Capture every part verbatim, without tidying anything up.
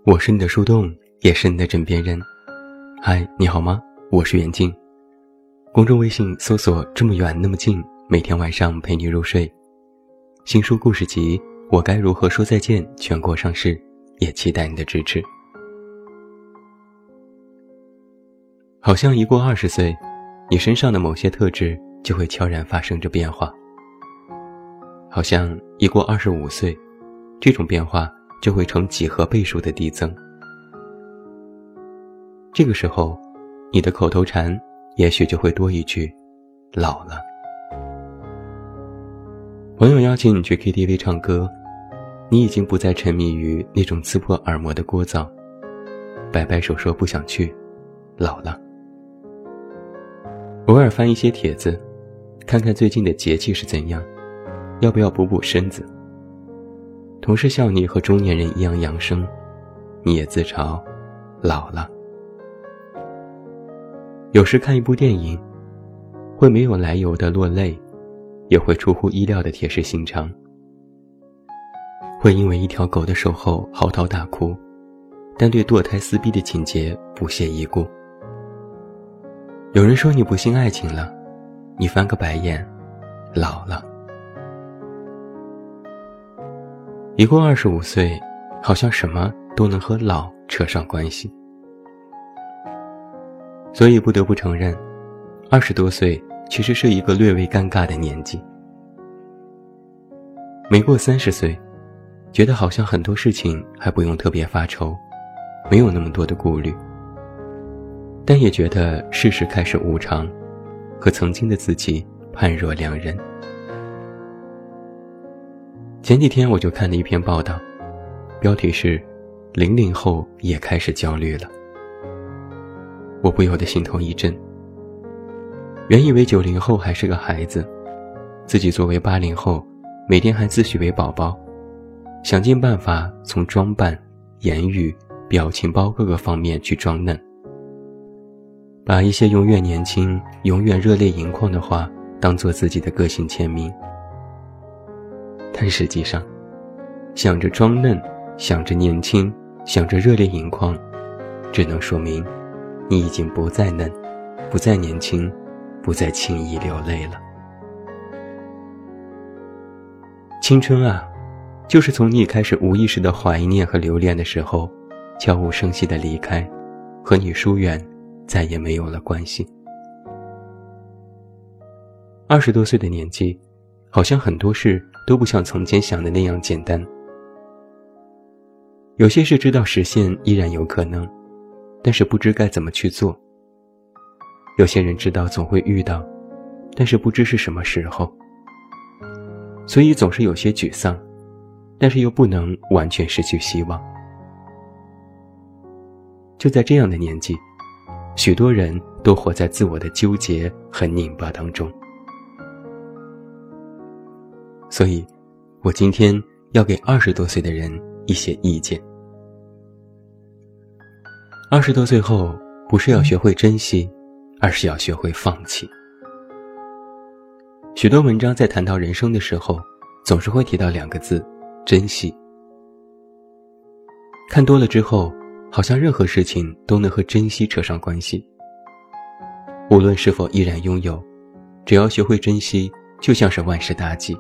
我是你的树洞，也是你的枕边人。嗨，你好吗？我是袁静。公众微信搜索这么远那么近，每天晚上陪你入睡。新书故事集《我该如何说再见》全国上市，也期待你的支持。好像一过二十岁，你身上的某些特质就会悄然发生着变化。好像一过二十五岁，这种变化就会呈几何倍数的递增。这个时候，你的口头禅也许就会多一句老了。朋友邀请你去 K T V 唱歌，你已经不再沉迷于那种刺破耳膜的聒噪，摆摆手说不想去，老了。偶尔翻一些帖子，看看最近的节气是怎样，要不要补补身子。同事笑你和中年人一样养生，你也自嘲老了。有时看一部电影，会没有来由的落泪，也会出乎意料的铁石心肠，会因为一条狗的守候嚎啕大哭，但对堕胎撕逼的情节不屑一顾。有人说你不信爱情了，你翻个白眼，老了。一过二十五岁，好像什么都能和老扯上关系。所以不得不承认，二十多岁其实是一个略微尴尬的年纪。没过三十岁，觉得好像很多事情还不用特别发愁，没有那么多的顾虑。但也觉得世事开始无常，和曾经的自己判若两人。前几天我就看了一篇报道，标题是零零后也开始焦虑了。我不由得心头一震。原以为九零后还是个孩子，自己作为八零后，每天还自诩为宝宝，想尽办法从装扮、言语、表情包各个方面去装嫩，把一些永远年轻、永远热泪盈眶的话当作自己的个性签名。但实际上，想着装嫩，想着年轻，想着热泪盈眶，只能说明你已经不再嫩，不再年轻，不再轻易流泪了。青春啊，就是从你开始无意识的怀念和留恋的时候，悄无声息的离开，和你疏远，再也没有了关系。二十多岁的年纪，好像很多事都不像从前想的那样简单。有些事知道实现依然有可能，但是不知该怎么去做。有些人知道总会遇到，但是不知是什么时候。所以总是有些沮丧，但是又不能完全失去希望。就在这样的年纪，许多人都活在自我的纠结和拧巴当中。所以，我今天要给二十多岁的人一些意见。二十多岁后，不是要学会珍惜，而是要学会放弃。许多文章在谈到人生的时候，总是会提到两个字：珍惜。看多了之后，好像任何事情都能和珍惜扯上关系。无论是否依然拥有，只要学会珍惜，就像是万事大吉。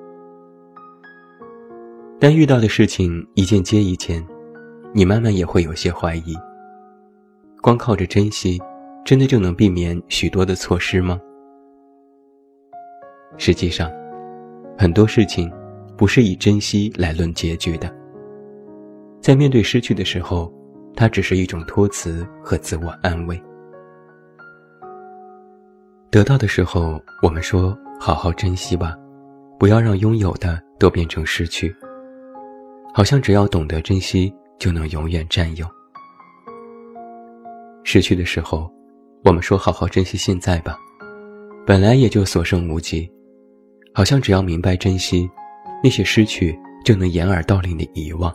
但遇到的事情一件接一件，你慢慢也会有些怀疑，光靠着珍惜，真的就能避免许多的错失吗？实际上，很多事情不是以珍惜来论结局的。在面对失去的时候，它只是一种托词和自我安慰。得到的时候，我们说好好珍惜吧，不要让拥有的都变成失去。好像只要懂得珍惜，就能永远占有。失去的时候，我们说好好珍惜现在吧，本来也就所剩无几，好像只要明白珍惜，那些失去就能掩耳盗铃的遗忘。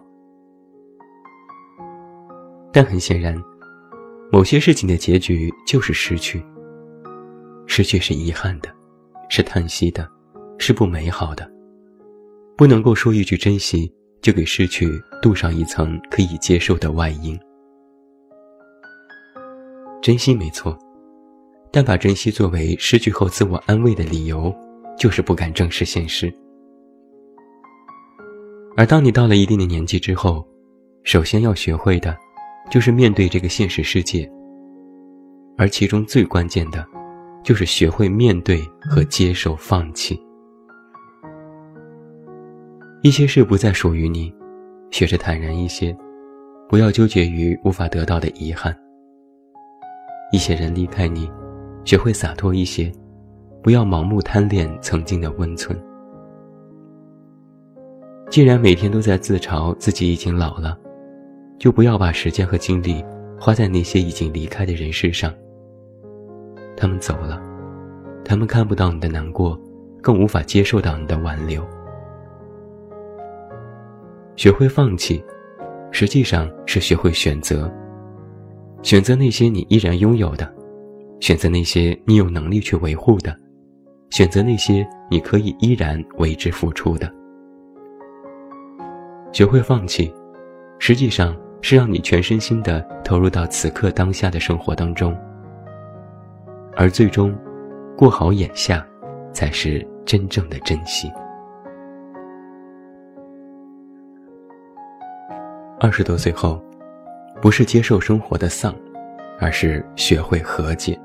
但很显然，某些事情的结局就是失去。失去是遗憾的，是叹息的，是不美好的。不能够说一句珍惜， 就给失去镀上一层可以接受的外衣。珍惜没错，但把珍惜作为失去后自我安慰的理由，就是不敢正视现实。而当你到了一定的年纪之后，首先要学会的就是面对这个现实世界，而其中最关键的就是学会面对和接受放弃。一些事不再属于你，学着坦然一些，不要纠结于无法得到的遗憾。一些人离开你，学会洒脱一些，不要盲目贪恋曾经的温存。既然每天都在自嘲自己已经老了，就不要把时间和精力花在那些已经离开的人身上。他们走了，他们看不到你的难过，更无法接受到你的挽留。学会放弃，实际上是学会选择，选择那些你依然拥有的，选择那些你有能力去维护的，选择那些你可以依然为之付出的。学会放弃，实际上是让你全身心地投入到此刻当下的生活当中，而最终过好眼下才是真正的珍惜。二十多岁后，不是接受生活的丧，而是学会和解。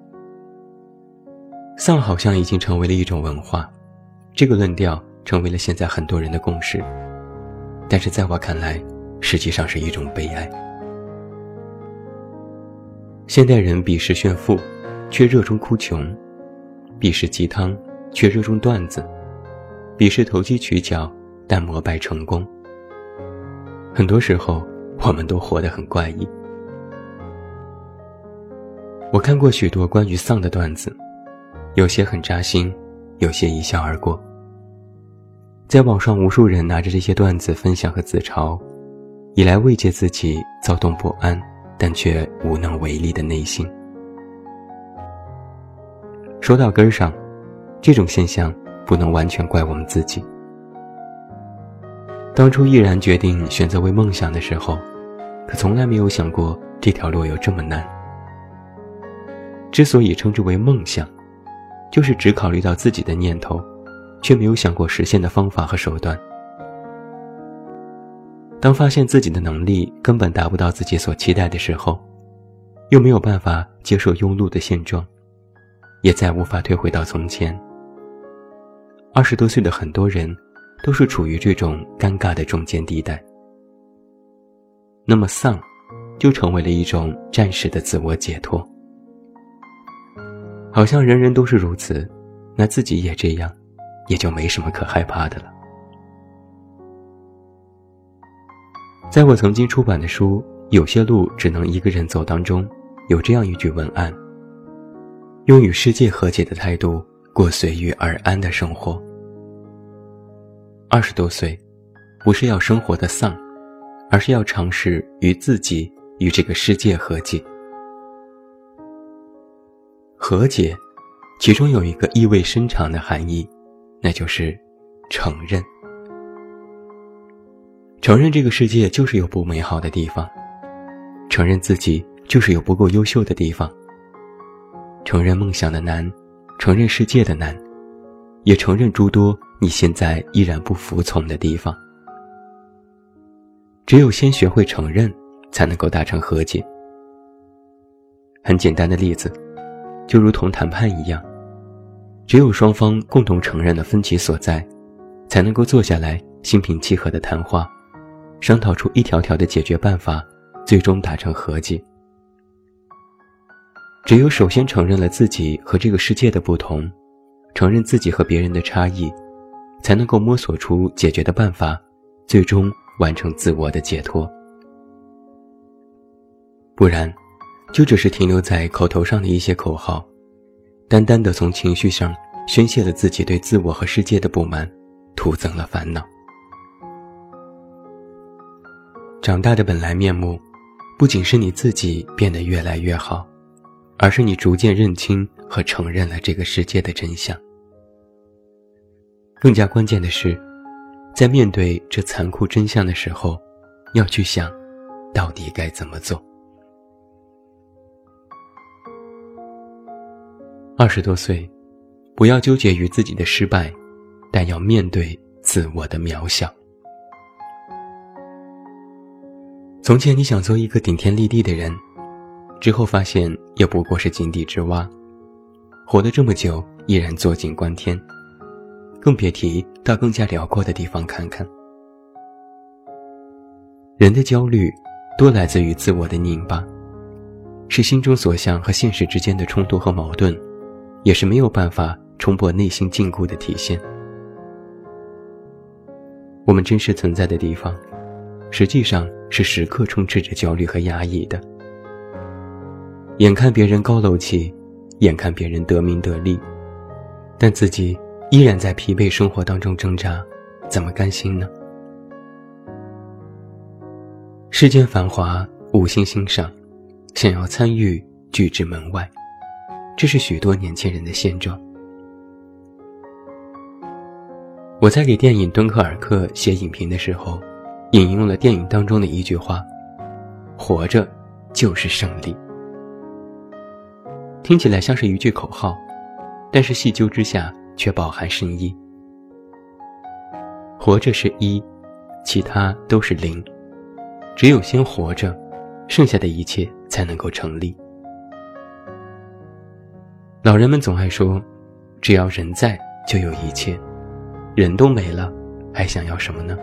丧好像已经成为了一种文化，这个论调成为了现在很多人的共识，但是在我看来，实际上是一种悲哀。现代人鄙视炫富，却热衷哭穷；鄙视鸡汤，却热衷段子；鄙视投机取巧，但膜拜成功。很多时候，我们都活得很怪异。我看过许多关于丧的段子，有些很扎心，有些一笑而过。在网上无数人拿着这些段子分享和自嘲，以来慰藉自己躁动不安但却无能为力的内心。说到根上，这种现象不能完全怪我们自己。当初毅然决定选择为梦想的时候，可从来没有想过这条路有这么难。之所以称之为梦想，就是只考虑到自己的念头，却没有想过实现的方法和手段。当发现自己的能力根本达不到自己所期待的时候，又没有办法接受庸碌的现状，也再无法退回到从前。二十多岁的很多人都是处于这种尴尬的中间地带。那么丧就成为了一种暂时的自我解脱。好像人人都是如此，那自己也这样，也就没什么可害怕的了。在我曾经出版的书《有些路只能一个人走》当中，有这样一句文案：用与世界和解的态度过随遇而安的生活。二十多岁，不是要生活的丧，而是要尝试与自己与这个世界和解。和解，其中有一个意味深长的含义，那就是承认。承认这个世界就是有不美好的地方，承认自己就是有不够优秀的地方，承认梦想的难，承认世界的难，也承认诸多你现在依然不服从的地方。只有先学会承认，才能够达成和解。很简单的例子，就如同谈判一样，只有双方共同承认了分歧所在，才能够坐下来心平气和的谈话，商讨出一条条的解决办法，最终达成和解。只有首先承认了自己和这个世界的不同，承认自己和别人的差异，才能够摸索出解决的办法，最终完成自我的解脱。不然就只是停留在口头上的一些口号，单单的从情绪上宣泄了自己对自我和世界的不满，徒增了烦恼。长大的本来面目，不仅是你自己变得越来越好，而是你逐渐认清和承认了这个世界的真相。更加关键的是， 在面对这残酷真相的时候，要去想到底该怎么做。二十多岁，不要纠结于自己的失败，但要面对自我的渺小。从前你想做一个顶天立地的人，之后发现也不过是井底之蛙，活得这么久依然坐井观天，更别提到更加辽阔的地方看看。人的焦虑多来自于自我的拧巴，是心中所想和现实之间的冲突和矛盾，也是没有办法冲破内心禁锢的体现。我们真实存在的地方，实际上是时刻充斥着焦虑和压抑的。眼看别人高楼起，眼看别人得名得利，但自己依然在疲惫生活当中挣扎，怎么甘心呢？世间繁华，无心欣赏，想要参与，拒之门外，这是许多年轻人的现状。我在给电影《敦刻尔克》写影评的时候，引用了电影当中的一句话：活着就是胜利。听起来像是一句口号，但是细究之下却饱含深意。活着是一，其他都是零，只有先活着，剩下的一切才能够成立。老人们总爱说，只要人在就有一切，人都没了，还想要什么呢？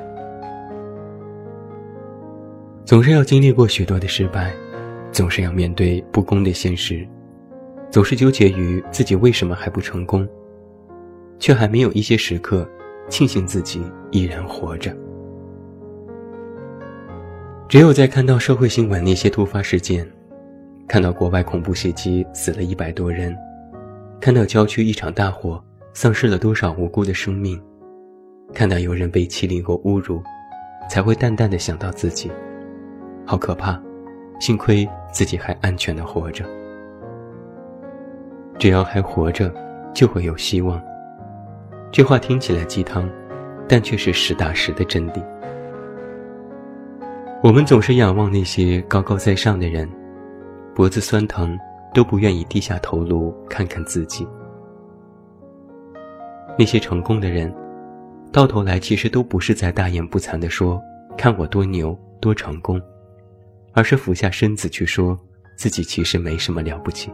总是要经历过许多的失败，总是要面对不公的现实，总是纠结于自己为什么还不成功，却还没有一些时刻庆幸自己依然活着。只有在看到社会新闻那些突发事件，看到国外恐怖袭击死了一百多人，看到郊区一场大火丧失了多少无辜的生命，看到有人被欺凌或侮辱，才会淡淡地想到自己，好可怕，幸亏自己还安全地活着。只要还活着，就会有希望。这话听起来鸡汤，但却是实打实的真理。我们总是仰望那些高高在上的人，脖子酸疼都不愿意低下头颅看看自己。那些成功的人，到头来其实都不是在大言不惭地说看我多牛多成功，而是俯下身子去说自己其实没什么了不起。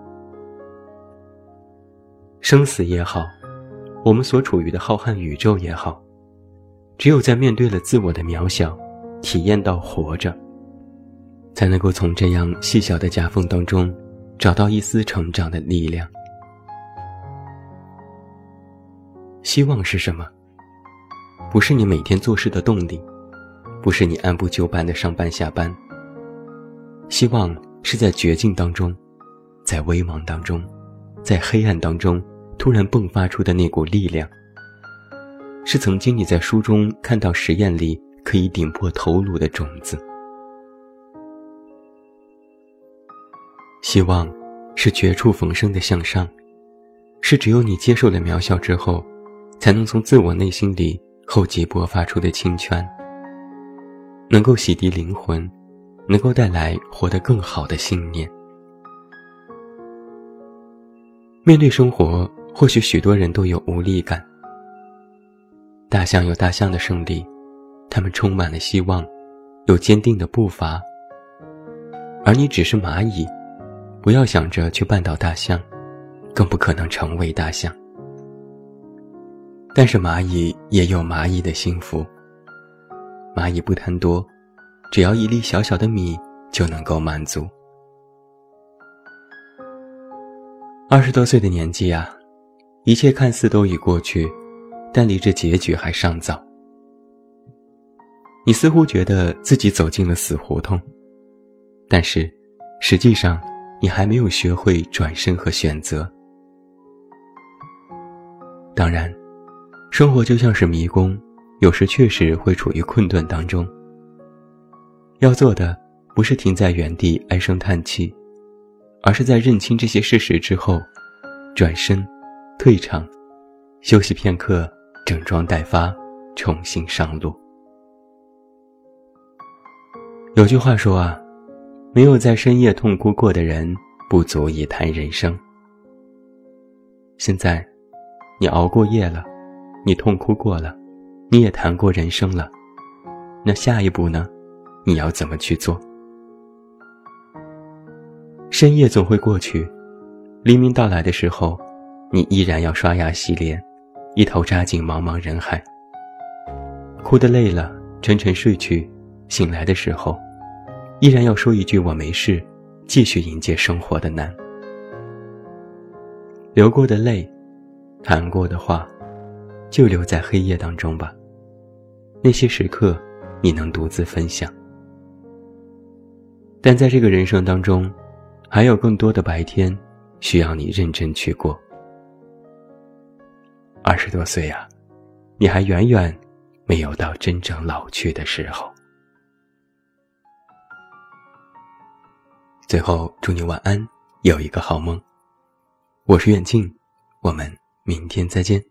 生死也好，我们所处于的浩瀚宇宙也好，只有在面对了自我的渺小，体验到活着，才能够从这样细小的夹缝当中找到一丝成长的力量。希望是什么？不是你每天做事的动力，不是你按部就班的上班下班。希望是在绝境当中，在微茫当中，在黑暗当中突然迸发出的那股力量，是曾经你在书中看到实验里可以顶破头颅的种子。希望是绝处逢生的向上，是只有你接受了渺小之后，才能从自我内心里厚积薄发出的清泉，能够洗涤灵魂，能够带来活得更好的信念。面对生活，或许许多人都有无力感。大象有大象的胜利，他们充满了希望，有坚定的步伐。而你只是蚂蚁，不要想着去绊倒大象，更不可能成为大象。但是蚂蚁也有蚂蚁的幸福，蚂蚁不贪多，只要一粒小小的米就能够满足。二十多岁的年纪啊，一切看似都已过去，但离这结局还尚早。你似乎觉得自己走进了死胡同，但是实际上你还没有学会转身和选择。当然，生活就像是迷宫，有时确实会处于困顿当中。要做的不是停在原地唉声叹气，而是在认清这些事实之后，转身退场，休息片刻，整装待发， 重新上路。有句话说啊，没有在深夜痛哭过的人，不足以谈人生。现在，你熬过夜了，你痛哭过了，你也谈过人生了，那下一步呢？你要怎么去做？深夜总会过去，黎明到来的时候，你依然要刷牙洗脸，一头扎进茫茫人海。哭得累了，沉沉睡去，醒来的时候，依然要说一句我没事，继续迎接生活的难。流过的泪，谈过的话，就留在黑夜当中吧。那些时刻，你能独自分享。但在这个人生当中，还有更多的白天，需要你认真去过。二十多岁啊，你还远远没有到真正老去的时候。最后，祝你晚安，有一个好梦。我是远近，我们明天再见。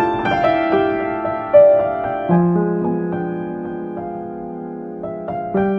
you